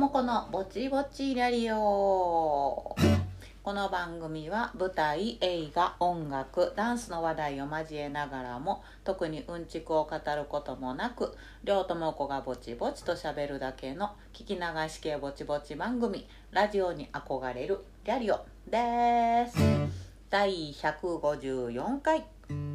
もこのぼちぼちラリオ。この番組は舞台、映画、音楽、ダンスの話題を交えながらも、特にうんちくを語ることもなく、りょうともこがぼちぼちと喋るだけの聞き流し系ぼちぼち番組、ラジオに憧れるラリオです。第154回。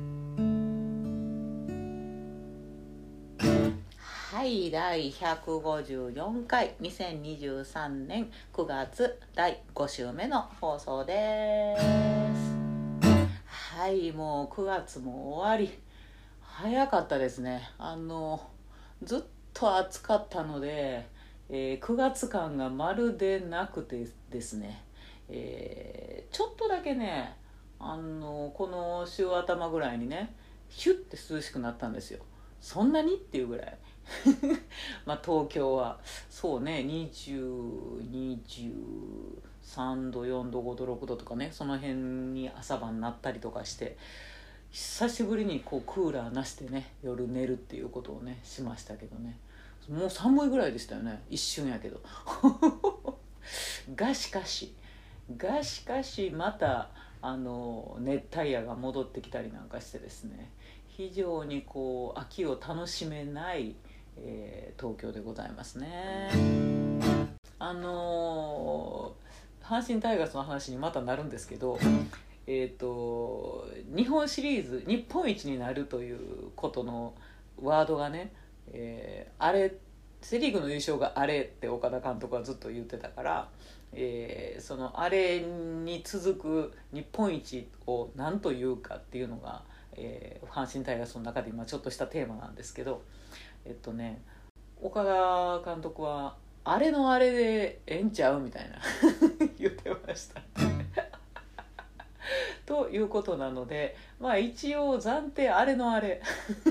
はい、第154回2023年9月第5週目の放送です。はい、もう9月も終わり、早かったですね。ずっと暑かったので、9月感がまるでなくてですね、ちょっとだけね、この週頭ぐらいにね、ヒュッて涼しくなったんですよ。そんなにっていうぐらいまあ東京はそうね、23度4度5度6度とかね、その辺に朝晩なったりとかして、久しぶりにこうクーラーなしでね、夜寝るっていうことをねしましたけどね。もう寒いぐらいでしたよね、一瞬やけどしかしまた熱帯夜が戻ってきたりなんかしてですね、非常にこう秋を楽しめない、東京でございますね。阪神タイガースの話にまたなるんですけど、日本シリーズ日本一になるということのワードがね、あれセリーグの優勝があれって岡田監督はずっと言ってたから、そのあれに続く日本一を何というかっていうのが、阪神タイガースの中で今ちょっとしたテーマなんですけど、岡田監督はあれのあれでええんちゃうみたいな言ってましたということなので、まあ一応暫定あれのあれ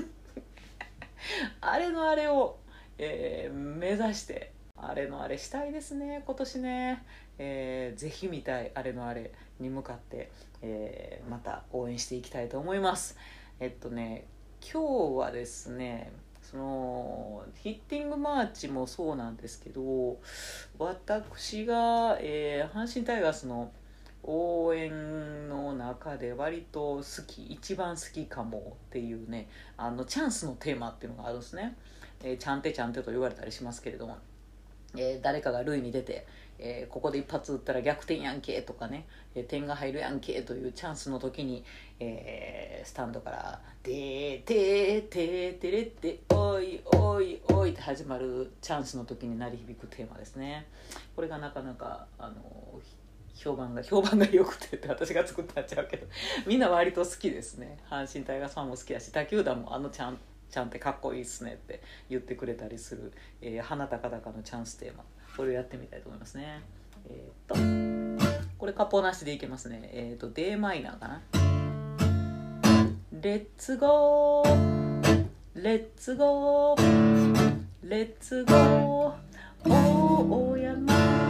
あれのあれを、目指してあれのあれしたいですね今年ね。ぜひ見たいあれのあれに向かって、また応援していきたいと思います。今日はですね、そのヒッティングマーチもそうなんですけど、私が、阪神タイガースの応援の中で割と一番好きかもっていうね、チャンスのテーマっていうのがあるんですね。ちゃんてちゃんてと言われたりしますけれども、誰かが塁に出て、ここで一発打ったら逆転やんけとかね、点が入るやんけというチャンスの時に、スタンドからでーてーてーてれっておいおいおいって始まるチャンスの時に鳴り響くテーマですね。これがなかなか評判が良くてって私が作ったんちゃうけどみんな割と好きですね。阪神タイガースファンも好きだし、他球団もちゃんってかっこいいっすねって言ってくれたりする、花高々のチャンステーマ、これをやってみたいと思いますね。これカポなしでいけますね。D マイナーかな。レッツゴーレッツゴーレッツゴー大山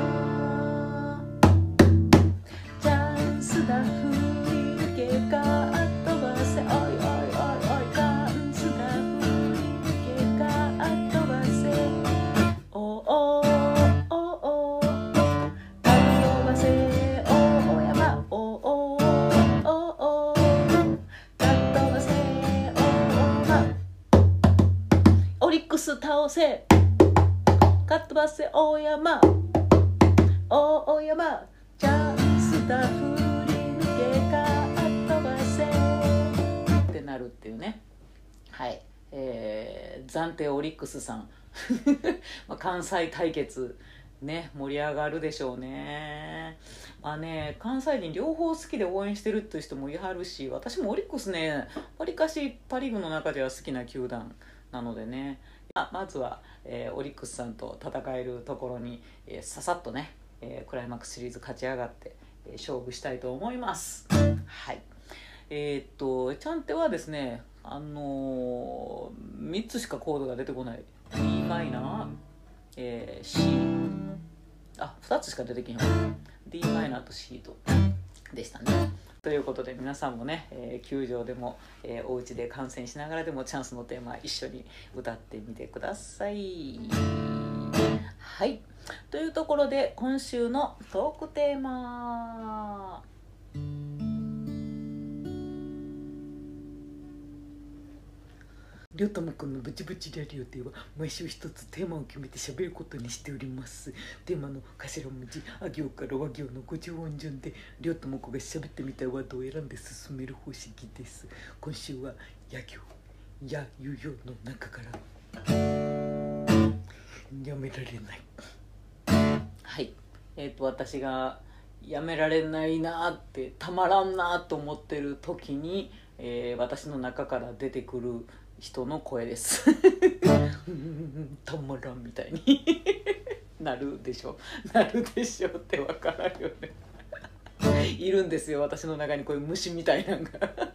チャンスだ振り抜けか飛ばせおいおいおいおいチャンスだ振り抜けか飛ばせおおおおか飛ばせ大山おおおおか飛ばせ大山オリックス倒せか飛ばせ大山大山チャンスだ振り抜けか飛ばせってなるっていうね。はい、暫定オリックスさん関西対決ね、盛り上がるでしょうね。まあね、関西人両方好きで応援してるっていう人もいはるし、私もオリックスね、わりかしパリーグの中では好きな球団なのでね、まずは、オリックスさんと戦えるところに、ささっとね、クライマックスシリーズ勝ち上がって、勝負したいと思います。はい。チャンテはですね、3つしかコードが出てこない。D マイナー、C、2つしか出てきへんわ。D マイナーと C とでしたね。ということで皆さんもね、球場でも、お家で観戦しながらでもチャンスのテーマ一緒に歌ってみてください。 はい、というところで今週のトークテーマ、りょうたまくんのブチブチラリオでは毎週一つテーマを決めて喋ることにしております。テーマの頭文字あ行から和行の50音順でりょうたまくんが喋ってみたいワードを選んで進める方式です。今週はや行やゆよの中からやめられない。はい、私がやめられないなってたまらんなと思ってる時に、私の中から出てくる人の声ですたまらんみたいになるでしょって分からんよねいるんですよ、私の中にこういう虫みたいなのが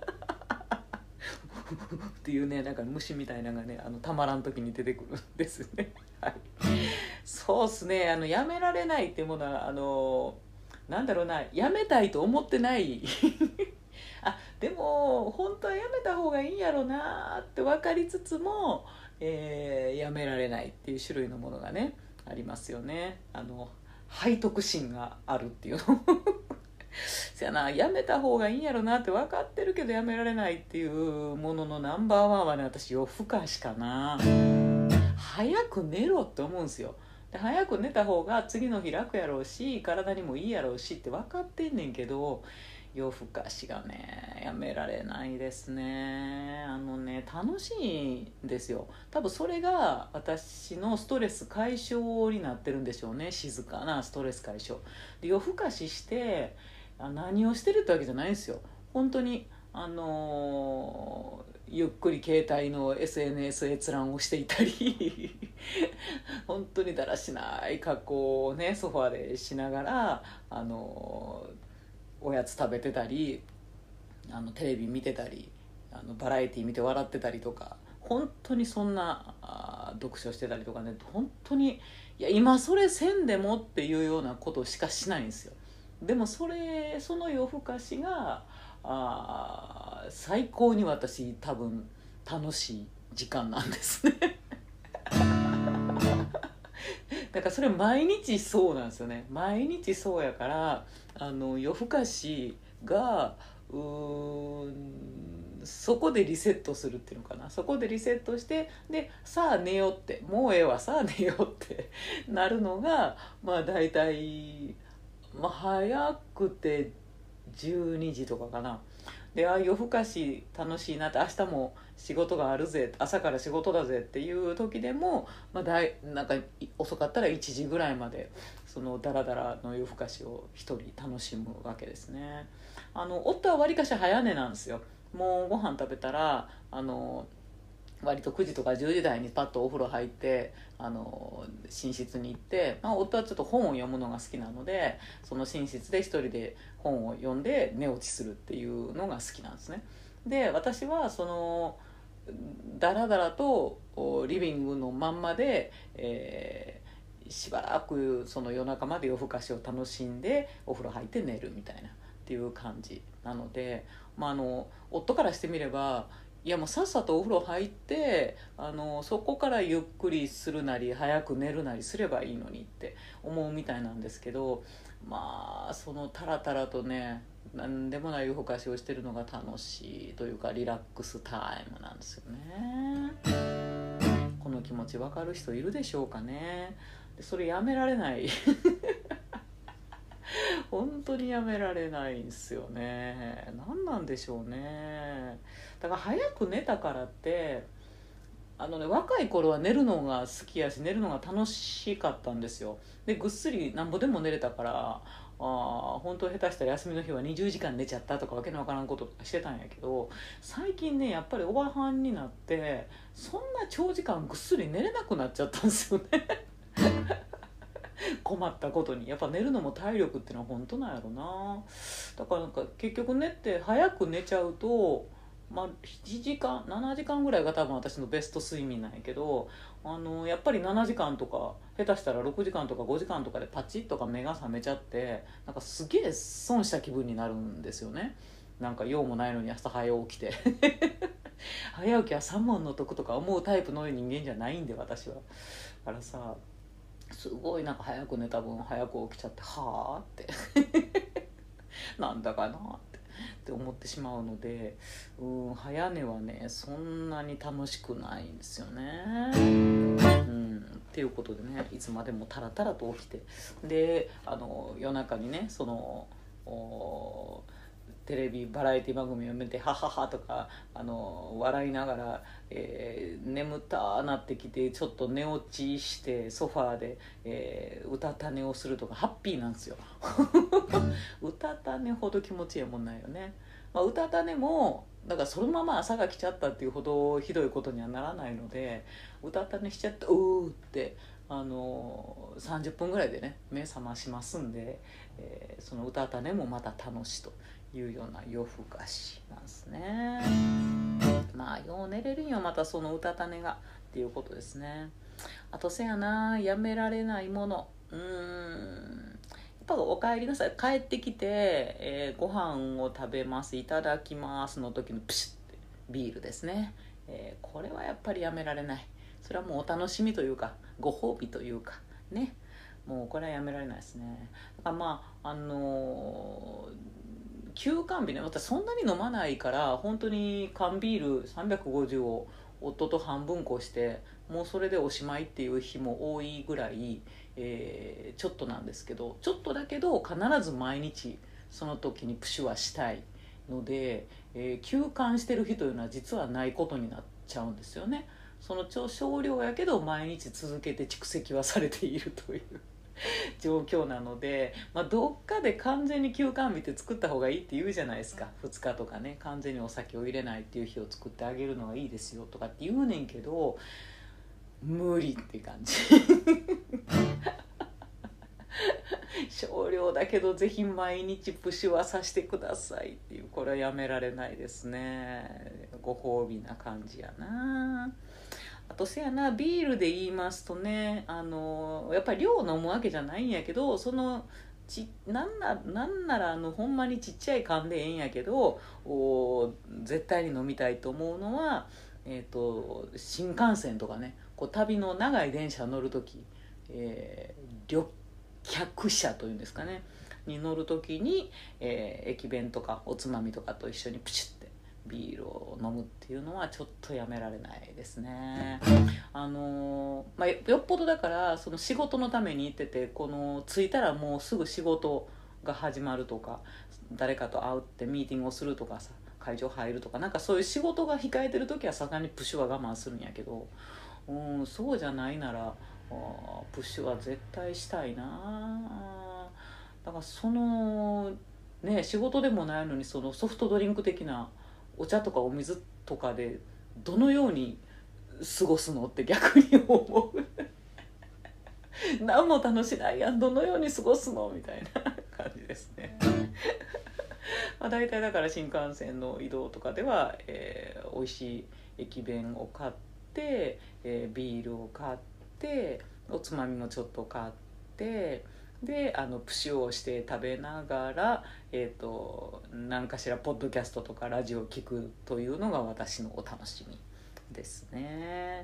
っていうね、なんか虫みたいなのがね、たまらん時に出てくるんですねはい、そうっすね、やめられないっていうものはなんだろうな、やめたいと思ってないでも本当はやめた方がいいんやろうなって分かりつつも、やめられないっていう種類のものがねありますよね。背徳心があるっていうのそやな、やめた方がいいんやろうなって分かってるけどやめられないっていうもののナンバーワンはね、私夜更かしかな。早く寝ろって思うんですよ。で早く寝た方が次の日楽やろうし体にもいいやろうしって分かってんねんけど、夜更かしがねやめられないですね。楽しいんですよ。多分それが私のストレス解消になってるんでしょうね。静かなストレス解消で夜更かしして何をしてるってわけじゃないんですよ。本当にゆっくり携帯の SNS 閲覧をしていたり本当にだらしない格好をねソファーでしながらおやつ食べてたりテレビ見てたりバラエティ見て笑ってたりとか、本当にそんな読書してたりとかね、本当にいや今それせんでもっていうようなことしかしないんですよ。でもその夜更かしが最高に私多分楽しい時間なんですねだからそれ毎日そうなんですよね。毎日そうやから夜更かしがそこでリセットするっていうのかな。そこでリセットしてでさあ寝ようってもうええわさあ寝ようってなるのがまあ大体、早くて12時とかかな。で夜更かし楽しいなって、明日も仕事があるぜ、朝から仕事だぜっていう時でも、なんか遅かったら1時ぐらいまでそのダラダラの夜更かしを一人楽しむわけですね。夫はわりかし早寝なんですよ。もうご飯食べたら割と9時とか10時台にパッとお風呂入って寝室に行って、夫はちょっと本を読むのが好きなのでその寝室で一人で本を読んで寝落ちするっていうのが好きなんですね。で私はだらだらとリビングのまんまで、しばらくその夜中まで夜更かしを楽しんでお風呂入って寝るみたいなっていう感じなので、夫からしてみればいやもうさっさとお風呂入ってそこからゆっくりするなり早く寝るなりすればいいのにって思うみたいなんですけど、そのタラタラとね何でもない夜更かしをしてるのが楽しいというかリラックスタイムなんですよね。この気持ち分かる人いるでしょうかね。でそれやめられない本当にやめられないんですよね。何なんでしょうね。だから早く寝たからって若い頃は寝るのが好きやし寝るのが楽しかったんですよ。でぐっすりなんぼでも寝れたから本当下手したら休みの日は20時間寝ちゃったとかわけのわからんこととかしてたんやけど、最近ねやっぱりおばはんになってそんな長時間ぐっすり寝れなくなっちゃったんですよね困ったことにやっぱ寝るのも体力っていうのは本当なんやろな。だからなんか結局寝て早く寝ちゃうと、7時間7時間ぐらいが多分私のベスト睡眠なんやけどやっぱり7時間とか下手したら6時間とか5時間とかでパチッとか目が覚めちゃってなんかすげえ損した気分になるんですよね。なんか用もないのに朝早起きて早起きは三問の得とか思うタイプの人間じゃないんで私は。だからさすごいなんか早く寝た分早く起きちゃって、はあってなんだかなって思ってしまうので、早寝はねそんなに楽しくないんですよね。っていうことでね、いつまでもタラタラと起きて、で夜中にねテレビバラエティ番組を見てハハハとか笑いながら、眠たなってきてちょっと寝落ちしてソファーで、うたた寝をするとかハッピーなんですようたた寝ほど気持ちいいもんないよね。うたた寝もだからそのまま朝が来ちゃったっていうほどひどいことにはならないので、うたた寝しちゃってうーって30分ぐらいでね目覚ましますんで、そのうたた寝もまた楽しいというような夜更かしなんですね。よう寝れるんよまたそのうたた寝がっていうことですね。あとせやな、やめられないもの、やっぱお帰りなさい、帰ってきて、ご飯を食べます、いただきますの時のプシュッてビールですね。これはやっぱりやめられない。それはもうお楽しみというかご褒美というかね、もうこれはやめられないですね。だから休館日ね、またそんなに飲まないから本当に缶ビール350を夫と半分こしてもうそれでおしまいっていう日も多いぐらい、ちょっとなんですけど、ちょっとだけど必ず毎日その時にプシュはしたいので、休館してる日というのは実はないことになっちゃうんですよね。その少量やけど毎日続けて蓄積はされているという状況なので、どっかで完全に休館日って作った方がいいって言うじゃないですか。2日とかね、完全にお酒を入れないっていう日を作ってあげるのがいいですよとかって言うねんけど、無理って感じ少量だけどぜひ毎日プシュはさせてくださいっていう、これはやめられないですね。ご褒美な感じやな。あとせやな、ビールで言いますとね、やっぱり量飲むわけじゃないんやけど、そのなんならほんまにちっちゃい缶でええんやけど絶対に飲みたいと思うのは、新幹線とかね、こう旅の長い電車乗る時、旅客車というんですかねに乗る時に、駅弁とかおつまみとかと一緒にプシュッてビールを飲むっていうのはちょっとやめられないですね。よっぽどだからその仕事のために行ってて、着いたらもうすぐ仕事が始まるとか、誰かと会うってミーティングをするとかさ、会場入るとかなんかそういう仕事が控えてる時はさすがにプッシュは我慢するんやけど、そうじゃないならプッシュは絶対したいな。だから仕事でもないのにそのソフトドリンク的なお茶とかお水とかでどのように過ごすのって逆に思う何も楽しないやん、どのように過ごすのみたいな感じですね大体だから新幹線の移動とかでは、美味しい駅弁を買って、ビールを買っておつまみもちょっと買って、でプシュをして食べながら、何かしらポッドキャストとかラジオを聞くというのが私のお楽しみですね。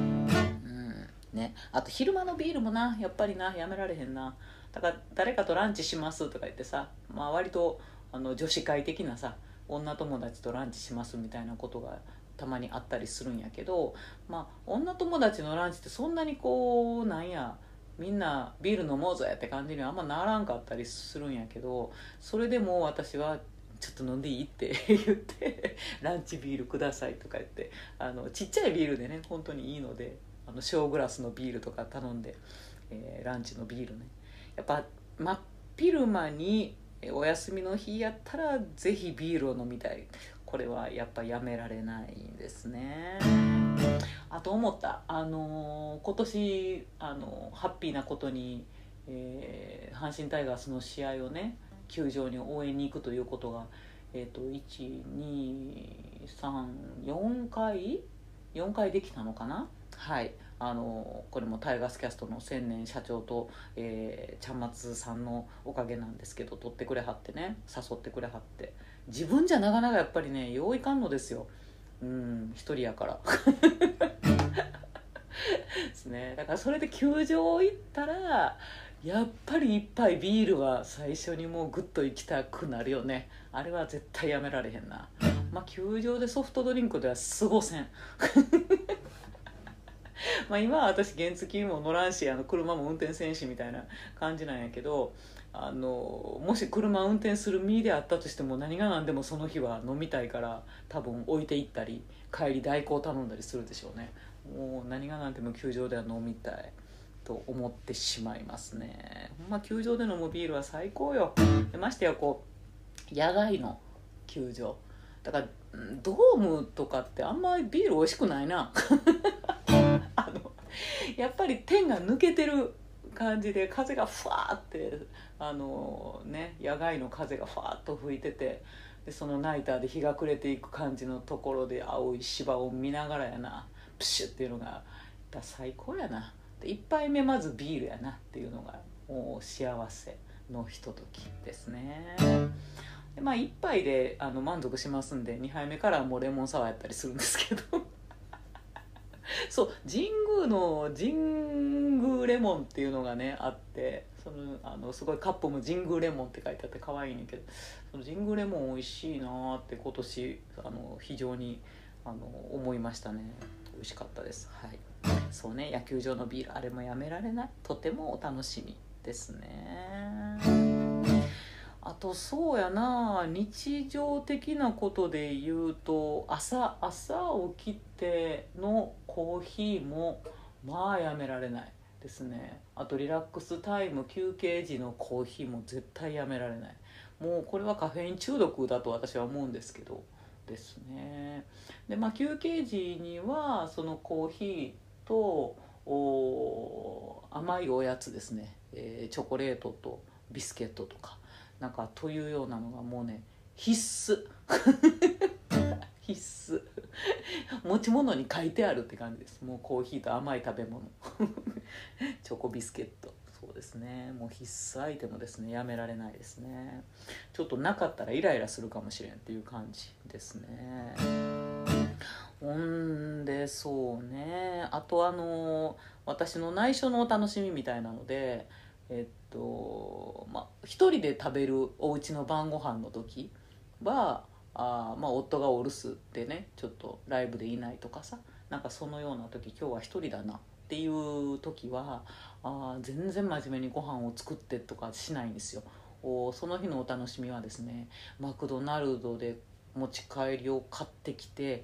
あと昼間のビールもな、やっぱりな、やめられへんな。だから誰かとランチしますとか言ってさ、割と女子会的なさ、女友達とランチしますみたいなことがたまにあったりするんやけど、女友達のランチってそんなにみんなビール飲もうぜって感じにはあんまならんかったりするんやけど、それでも私はちょっと飲んでいいって言ってランチビールくださいとか言って、ちっちゃいビールでね本当にいいので小グラスのビールとか頼んで、ランチのビールね、やっぱ真っ昼間にお休みの日やったらぜひビールを飲みたい。これはやっぱやめられないんですね。あと思った、今年ハッピーなことに、阪神タイガースの試合をね球場に応援に行くということが、12344回4回できたのかな。はい、これもタイガースキャストの千年社長と、ちゃんまつさんのおかげなんですけど、撮ってくれはってね、誘ってくれはって、自分じゃなかなかやっぱりねよういかんのですよ。一人やからですね。だからそれで球場行ったらやっぱり一杯ビールは最初にもうグッと行きたくなるよね。あれは絶対やめられへんな。まあ球場でソフトドリンクでは過ごせんまあ今は私原付も乗らんし車も運転せんしみたいな感じなんやけど、もし車運転する身であったとしても何が何でもその日は飲みたいから多分置いていったり帰り代行頼んだりするでしょうね。もう何が何でも球場では飲みたいと思ってしまいますね。まあ球場で飲むビールは最高よ。でましてやこう野外の球場だからドームとかってあんまりビール美味しくないなあのやっぱり天が抜けてる感じで風がふわーって野外の風がふわーっと吹いてて、でそのナイターで日が暮れていく感じのところで青い芝を見ながらやな、プシュっていうのが最高やな。で1杯目まずビールやなっていうのがもう幸せのひとときですね。でまあ1杯で満足しますんで2杯目からもうレモンサワーやったりするんですけどそう神宮の神宮レモンっていうのがねあって、すごいカップも神宮レモンって書いてあって可愛いねんけど、その神宮レモン美味しいなーって今年非常に思いましたね。美味しかったです。はい、そうね、野球場のビールあれもやめられない、とてもお楽しみですね。あとそうやな、日常的なことで言うと朝起きてのコーヒーもまあやめられないですね。あとリラックスタイム休憩時のコーヒーも絶対やめられない。もうこれはカフェイン中毒だと私は思うんですけどですね。でまあ休憩時にはそのコーヒーと甘いおやつですね、チョコレートとビスケットとかなんかというようなのがもうね必須必須持ち物に書いてあるって感じです。もうコーヒーと甘い食べ物チョコビスケット、そうですね、もう必須アイテムですね。やめられないですね。ちょっとなかったらイライラするかもしれんっていう感じですね。ほんでそうね、あと私の内緒のお楽しみみたいなので一人で食べるお家の晩ご飯の時は夫がお留守でねちょっとライブでいないとかさ、なんかそのような時今日は一人だなっていう時は全然真面目にご飯を作ってとかしないんですよ。その日のお楽しみはですね、マクドナルドで持ち帰りを買ってきて、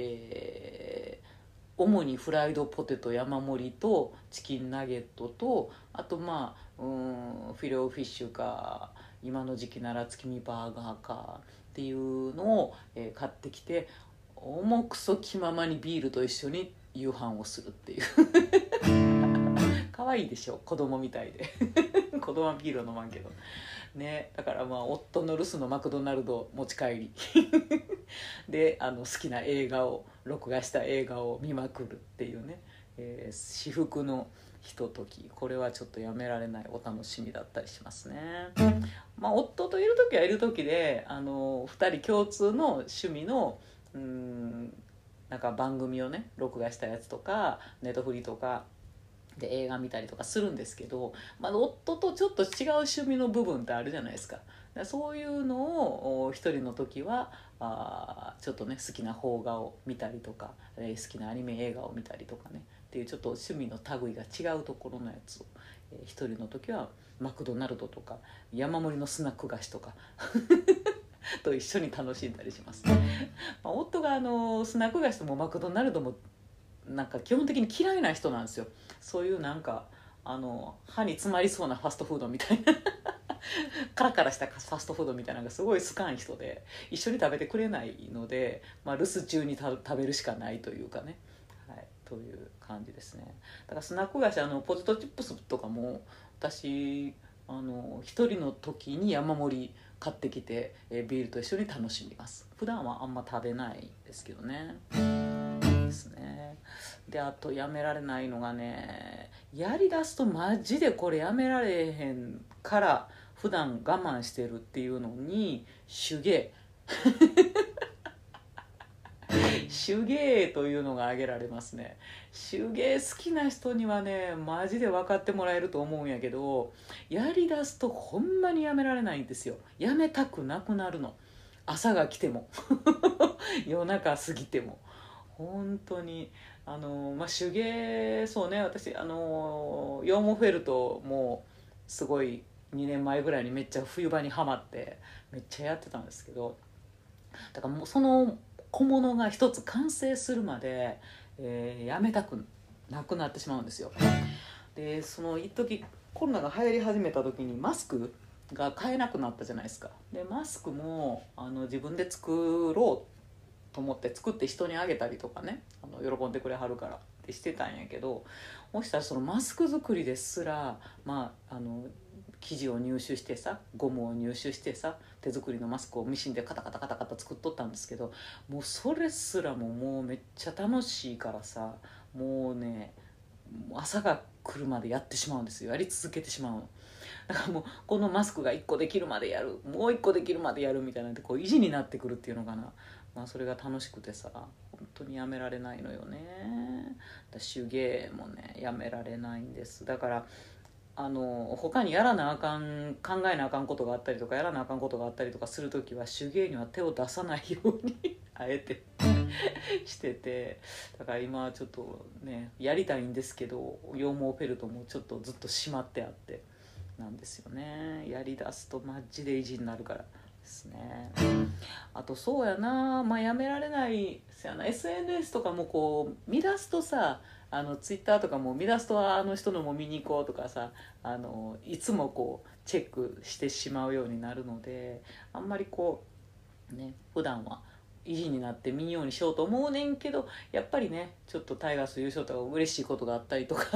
主にフライドポテト山盛りとチキンナゲットとあとフィレオフィッシュか今の時期なら月見バーガーかっていうのを、買ってきて重くそ気ままにビールと一緒に夕飯をするっていう可愛いでしょ、子供みたいで子供はビールを飲まんけどね。だから夫の留守のマクドナルド持ち帰りで好きな映画を録画した映画を見まくるっていうね、至福のひととき、これはちょっとやめられないお楽しみだったりしますね。夫といる時はいる時で2人共通の趣味のなんか番組をね録画したやつとかネットフリとかで映画見たりとかするんですけど、夫とちょっと違う趣味の部分ってあるじゃないですか。そういうのを一人の時はちょっとね好きな邦画を見たりとか、好きなアニメ映画を見たりとかねっていうちょっと趣味の類が違うところのやつを、一人の時はマクドナルドとか山盛りのスナック菓子とかと一緒に楽しんだりします。夫がスナック菓子ともマクドナルドもなんか基本的に嫌いな人なんですよ。そういうなんか歯に詰まりそうなファストフードみたいなカラカラしたファストフードみたいなのがすごい好かん人で一緒に食べてくれないので、留守中に食べるしかないというかね、はい、という感じですね。だからスナック菓子ポテトチップスとかも私一人の時に山盛り買ってきて、ビールと一緒に楽しみます。普段はあんま食べないですけどね。ですね。であとやめられないのがね、やりだすとマジでこれやめられへんから普段我慢してるっていうのに手芸手芸というのが挙げられますね。手芸好きな人にはねマジで分かってもらえると思うんやけど、やりだすとほんまにやめられないんですよ。やめたくなくなるの。朝が来ても夜中過ぎても本当に手芸、そうね、私羊毛フェルトもすごい2年前ぐらいにめっちゃ冬場にはまってめっちゃやってたんですけど、だからもうその小物が一つ完成するまで、やめたくなくなってしまうんですよ。でその一時コロナが流行り始めた時にマスクが買えなくなったじゃないですか。でマスクも自分で作ろうと思って作って人にあげたりとかね、喜んでくれはるからってしてたんやけど、もしたらそのマスク作りですら、生地を入手してさ、ゴムを入手してさ、手作りのマスクをミシンでカタカタカタカタ作っとったんですけど、もうそれすらもうめっちゃ楽しいからさ、もうね朝が来るまでやってしまうんですよ。やり続けてしまうの。だからもうこのマスクが1個できるまでやる、もう1個できるまでやるみたいなんでこう維持になってくるっていうのかな。それが楽しくてさ、本当にやめられないのよね。手芸もねやめられないんです。だから他にやらなあかん、考えなあかんことがあったりとかやらなあかんことがあったりとかするときは手芸には手を出さないようにあえてしてて、だから今はちょっとねやりたいんですけど、羊毛フェルトもちょっとずっとしまってあってなんですよね。やりだすとマジで意地になるからですね。あとそうやな、やめられないそやな、 SNS とかもこう見出すとさ、ツイッターとかも見出すとあの人のも見に行こうとかさ、いつもこうチェックしてしまうようになるので、あんまりこうね普段は意地になって見んようにしようと思うねんけど、やっぱりねちょっとタイガース優勝とか嬉しいことがあったりとか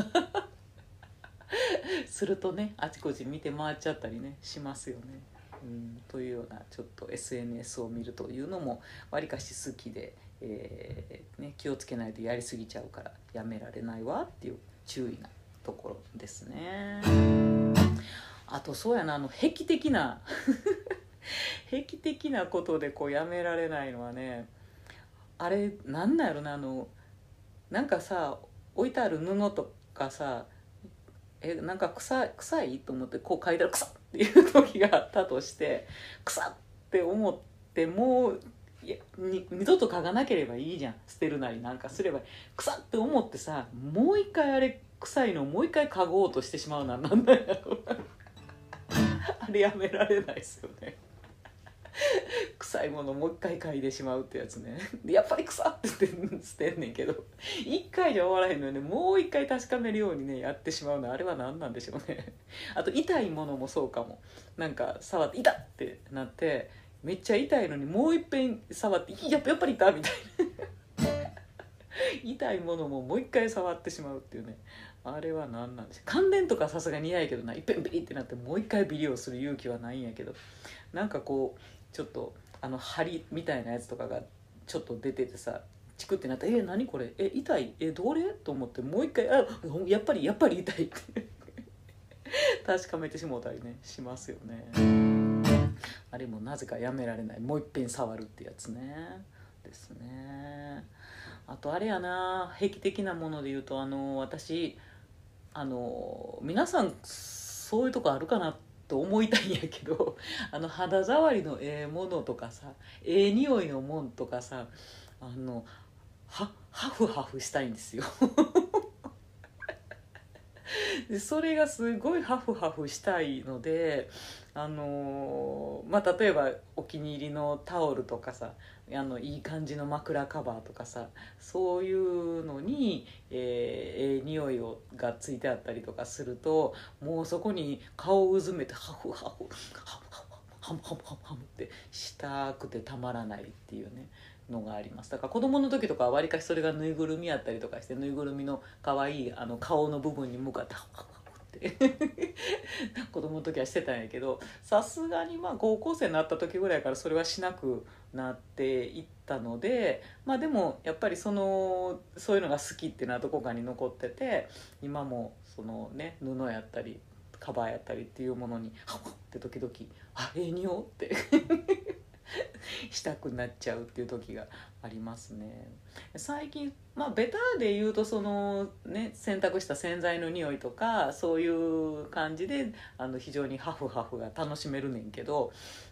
するとねあちこち見て回っちゃったりねしますよね。というようなちょっと SNS を見るというのもわりかし好きで、気をつけないとやりすぎちゃうからやめられないわっていう注意なところですね。あとそうやな、癖的な癖的なことでこうやめられないのはね、あれなんなんやろな、なんかさ置いてある布とかさ、なんか臭いと思ってこう嗅いだら臭っっていう時があったとして、臭って思ってもう二度と嗅がなければいいじゃん、捨てるなりなんかすれば臭って思ってさ、もう一回あれ臭いのをもう一回嗅ごうとしてしまうのはなんだよあれやめられないですよね臭いものをもう一回嗅いでしまうってやつね。でやっぱり臭って捨てんねんけど、一回じゃ終わらへんのにね、もう一回確かめるようにねやってしまうの、あれは何なんでしょうね。あと痛いものもそうかも。なんか触って痛っってなってめっちゃ痛いのにもう一遍触ってやっぱり痛みたいな痛いものももう一回触ってしまうっていうね、あれは何なんでしょう。関連とかさすがに嫌やけどな、いっぺんビリってなってもう一回ビリをする勇気はないんやけど、なんかこうちょっと針みたいなやつとかがちょっと出ててさ、チクってなったら何これ痛いどれと思ってもう一回やっぱり痛いって確かめてしもうたりねしますよね。あれもなぜかやめられない、もう一遍触るってやつねですね。あとあれやな、癖的なもので言うと私皆さんそういうとこあるかなと思いたいんやけど肌触りのものとかさ、匂いのもんとかさ、ハフハフしたいんですよでそれがすごいハフハフしたいので、例えばお気に入りのタオルとかさ、いい感じの枕カバーとかさ、そういうのに匂いがついてあったりとかすると、もうそこに顔をうずめてハフハフハフハフハムハムハムハムってしたくてたまらないっていうねのがあります。だから子供の時とかはわりかしそれがぬいぐるみやったりとかして、ぬいぐるみの可愛い顔の部分に向かってハフハフハフって子供の時はしてたんやけど、さすがに高校生になった時ぐらいからそれはしなくなっていったので、でもやっぱりそういうのが好きっていうのはどこかに残ってて、今もそのね布やったりカバーやったりっていうものにハフって時々匂うってしたくなっちゃうっていう時がありますね。最近ベターで言うとそのね洗濯した洗剤の匂いとかそういう感じで非常にハフハフが楽しめるねんけど、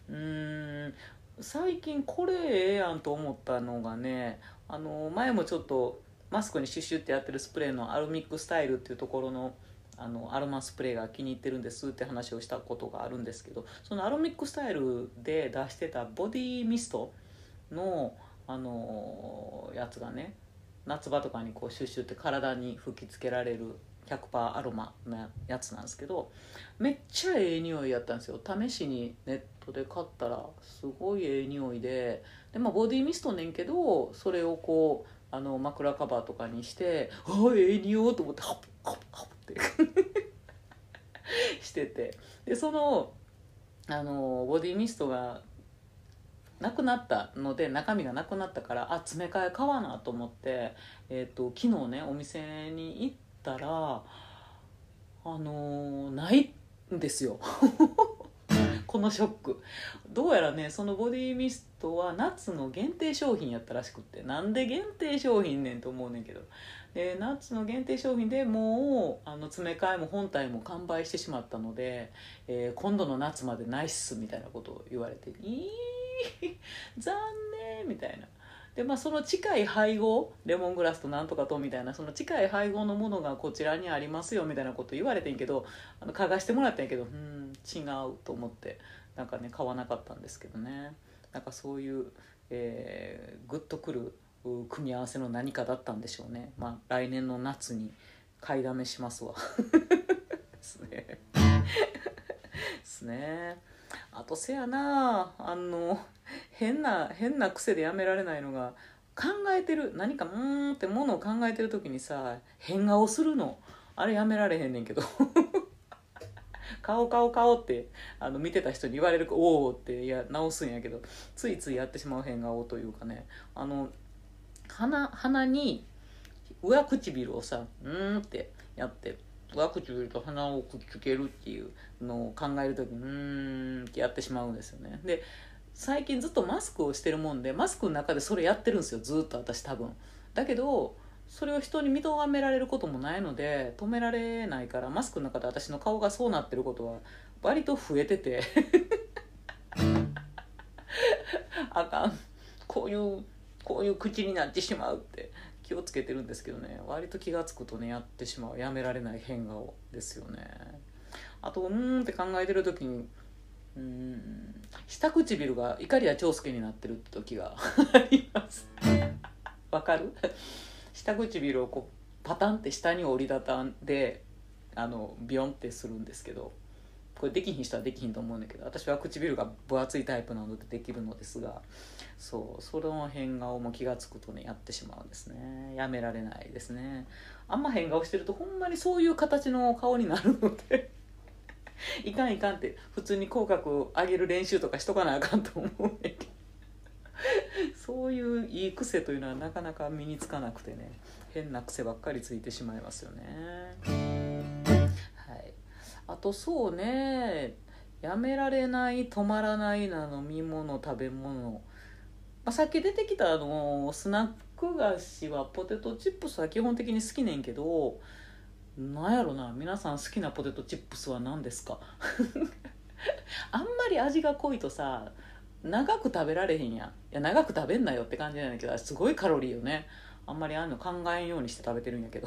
最近これええやんと思ったのがね、前もちょっとマスクにシュッシュってやってるスプレーのアルミックスタイルっていうところのアロマスプレーが気に入ってるんですって話をしたことがあるんですけど、そのアロミックスタイルで出してたボディミストの、やつがね、夏場とかにこうシュッシュって体に吹きつけられる100%アロマのやつなんですけど、めっちゃええ匂いやったんですよ。試しにネットで買ったらすごいええ匂いで、ボディミストねんけど、それをこう枕カバーとかにしてええ匂いと思ってハッハッハッってしてて、でそのボディミストがなくなったので、中身がなくなったから詰め替え買わなと思って、昨日ねお店に行ったらないんですよこのショック。どうやらねそのボディミストは夏の限定商品やったらしくって、なんで限定商品ねんと思うねんけど、で夏の限定商品でもう詰め替えも本体も完売してしまったので、今度の夏までないっすみたいなことを言われて、残念みたいな。でその近い配合、レモングラスとなんとかとみたいな、その近い配合のものがこちらにありますよみたいなこと言われてんけど、嗅がしてもらったんやけど、違うと思ってなんかね買わなかったんですけどね。なんかそういう、グッとくる組み合わせの何かだったんでしょうね。来年の夏に買いだめしますわですねですね。あとせやな、変な癖でやめられないのが、考えてる何かってものを考えてる時にさ変顔するの、あれやめられへんねんけど顔って見てた人に言われるおおって直すんやけど、ついついやってしまう変顔というかね、鼻に上唇をさってやって、上唇と鼻をくっつけるっていうのを考えるときにってやってしまうんですよね。で最近ずっとマスクをしてるもんで、マスクの中でそれやってるんですよ、ずっと私多分。だけどそれを人に見とがめられることもないので止められないから、マスクの中で私の顔がそうなってることは割と増えててあかん、こういう口になってしまうって気をつけてるんですけどね、割と気がつくとねやってしまう、やめられない変顔ですよね。あとって考えてる時に下唇が碇谷長介になってる時がありますわかる下唇をこうパタンって下に折りたたんでビヨンってするんですけど、これできひん人はできひんと思うんだけど、私は唇が分厚いタイプなのでできるのですが、その変顔も気がつくとねやってしまうんですね。やめられないですね。あんま変顔してるとほんまにそういう形の顔になるのでいかんって普通に口角を上げる練習とかしとかなあかんと思うねんけどそういういい癖というのはなかなか身につかなくてね、変な癖ばっかりついてしまいますよね。はい。あとそうね、やめられない止まらないな飲み物食べ物、さっき出てきたスナック菓子はポテトチップスは基本的に好きねんけど、なんやろな、皆さん好きなポテトチップスは何ですかあんまり味が濃いとさ長く食べられへんやん。いや長く食べんなよって感じなんだけど、すごいカロリーよね。あんまりあんの考えんようにして食べてるんやけど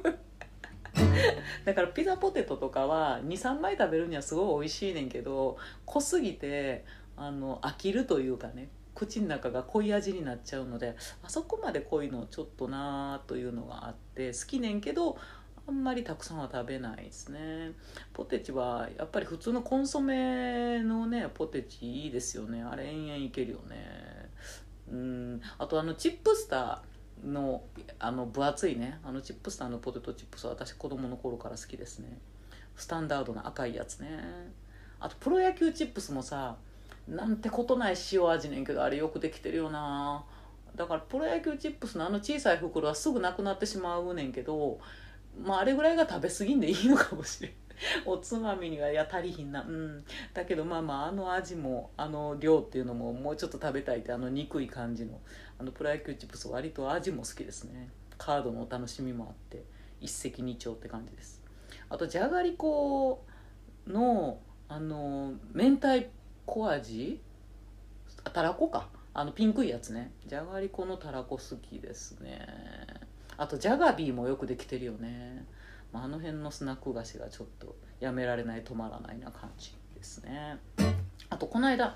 だからピザポテトとかは23枚食べるにはすごい美味しいねんけど、濃すぎて飽きるというかね、口の中が濃い味になっちゃうので、あそこまで濃いのちょっとなーというのがあって好きねんけど、あんまりたくさんは食べないですね。ポテチはやっぱり普通のコンソメのねポテチいいですよね。あれ延々いけるよね。あとチップスターの分厚いねチップスターのポテトチップスは私子供の頃から好きですね。スタンダードな赤いやつね。あとプロ野球チップスもさ、なんてことない塩味ねんけど、あれよくできてるよな。だからプロ野球チップスの小さい袋はすぐなくなってしまうねんけど、あれぐらいが食べ過ぎんでいいのかもしれん。 おつまみには足りひんな。だけどまあまあ、あの味もあの量っていうのももうちょっと食べたいって、あの憎い感じのプロ野球チップス、割と味も好きですね。カードのお楽しみもあって一石二鳥って感じです。あとじゃがりこの明太子味、たらこか、ピンクいやつね、じゃがりこのたらこ好きですね。あとジャガビーもよくできてるよね。あの辺のスナック菓子がちょっとやめられない、止まらないな感じですね。あとこの間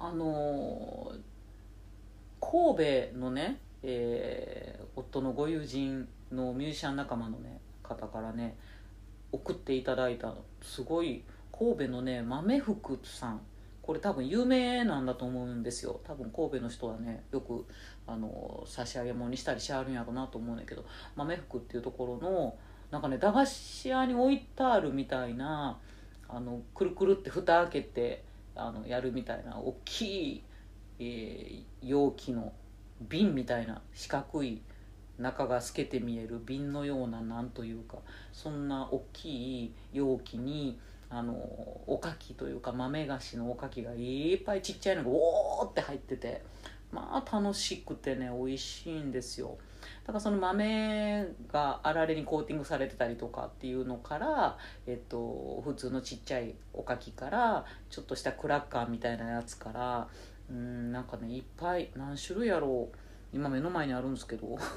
神戸のね、夫のご友人のミュージシャン仲間の、ね、方からね送っていただいた、すごい神戸のね豆福さん、これ多分有名なんだと思うんですよ。多分神戸の人はねよく差し上げ物にしたりしはるんやろうなと思うんだけど、豆福っていうところのなんかね駄菓子屋に置いてあるみたいな、くるくるって蓋開けてやるみたいな大きい、容器の瓶みたいな四角い、中が透けて見える瓶のような、なんというかそんな大きい容器におかきというか豆菓子のおかきがいっぱいちっちゃいのがおーって入ってて、まあ楽しくてね美味しいんですよ。だからその豆があられにコーティングされてたりとかっていうのから、普通のちっちゃいおかきからちょっとしたクラッカーみたいなやつから、なんかねいっぱい、何種類やろう、今目の前にあるんですけど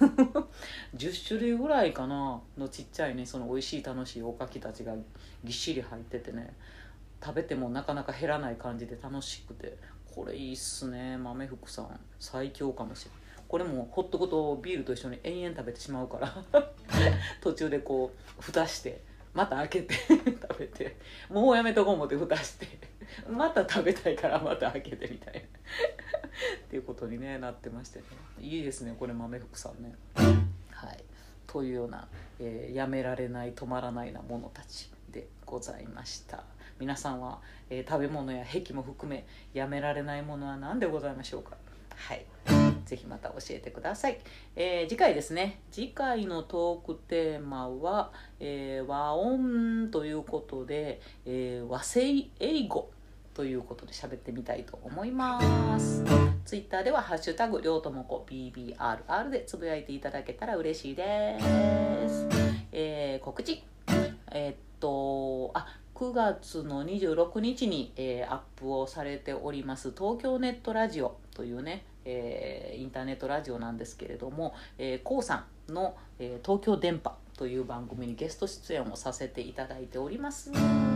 10種類ぐらいかなのちっちゃいね、その美味しい楽しいおかきたちがぎっしり入っててね、食べてもなかなか減らない感じで楽しくて、これいいっすね。豆福さん最強かもしれない。これもほっとくとビールと一緒に延々食べてしまうから途中でこう蓋してまた開けて食べて、もうやめとこう思って蓋してまた食べたいからまた開けてみたいなっていうことに、ね、なってましてね、いいですねこれ豆福さんね。はい、というような、やめられない止まらないなものたちでございました。皆さんは、食べ物や癖も含めやめられないものは何でございましょうか。はい、ぜひまた教えてください。次回ですね、次回のトークテーマは、和音ということで、和製英語ということで喋ってみたいと思います。ツイッターではハッシュタグりょうともこ BBRR でつぶやいていただけたら嬉しいです。告知、9月の26日に、アップをされております東京ネットラジオというね、インターネットラジオなんですけれども、こうさんの、東京電波という番組にゲスト出演をさせていただいております。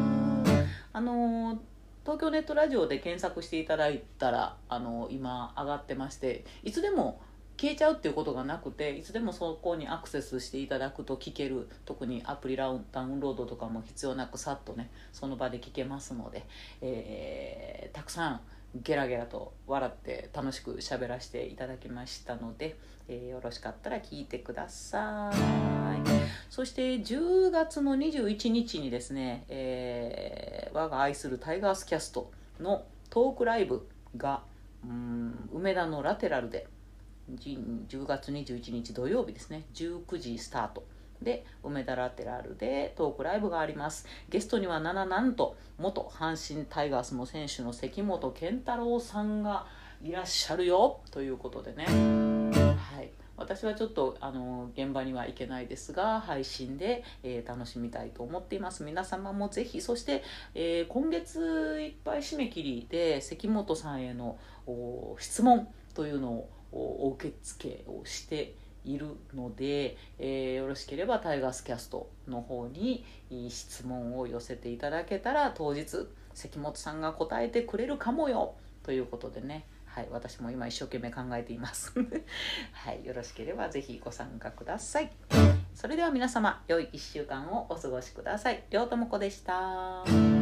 東京ネットラジオで検索していただいたら今上がってまして、いつでも消えちゃうっていうことがなくて、いつでもそこにアクセスしていただくと聞ける、特にアプリダウンロードとかも必要なくさっとねその場で聞けますので、たくさんゲラゲラと笑って楽しく喋らせていただきましたので、よろしかったら聞いてください。そして10月の21日にですね、我が愛するタイガースキャストのトークライブが梅田のラテラルで10月21日土曜日ですね、19時スタートで梅田ラテラルでトークライブがあります。ゲストにはなんと元阪神タイガースの選手の関本健太郎さんがいらっしゃるよということでね、はい、私はちょっと現場には行けないですが配信で、楽しみたいと思っています。皆様もぜひ。そして、今月いっぱい締め切りで関本さんへの質問というのをお受付をしているので、よろしければタイガースキャストの方に質問を寄せていただけたら、当日関本さんが答えてくれるかもよということでね、はい、私も今一生懸命考えていますはい、よろしければぜひご参加ください。それでは皆様良い1週間をお過ごしください。りょうともこでした。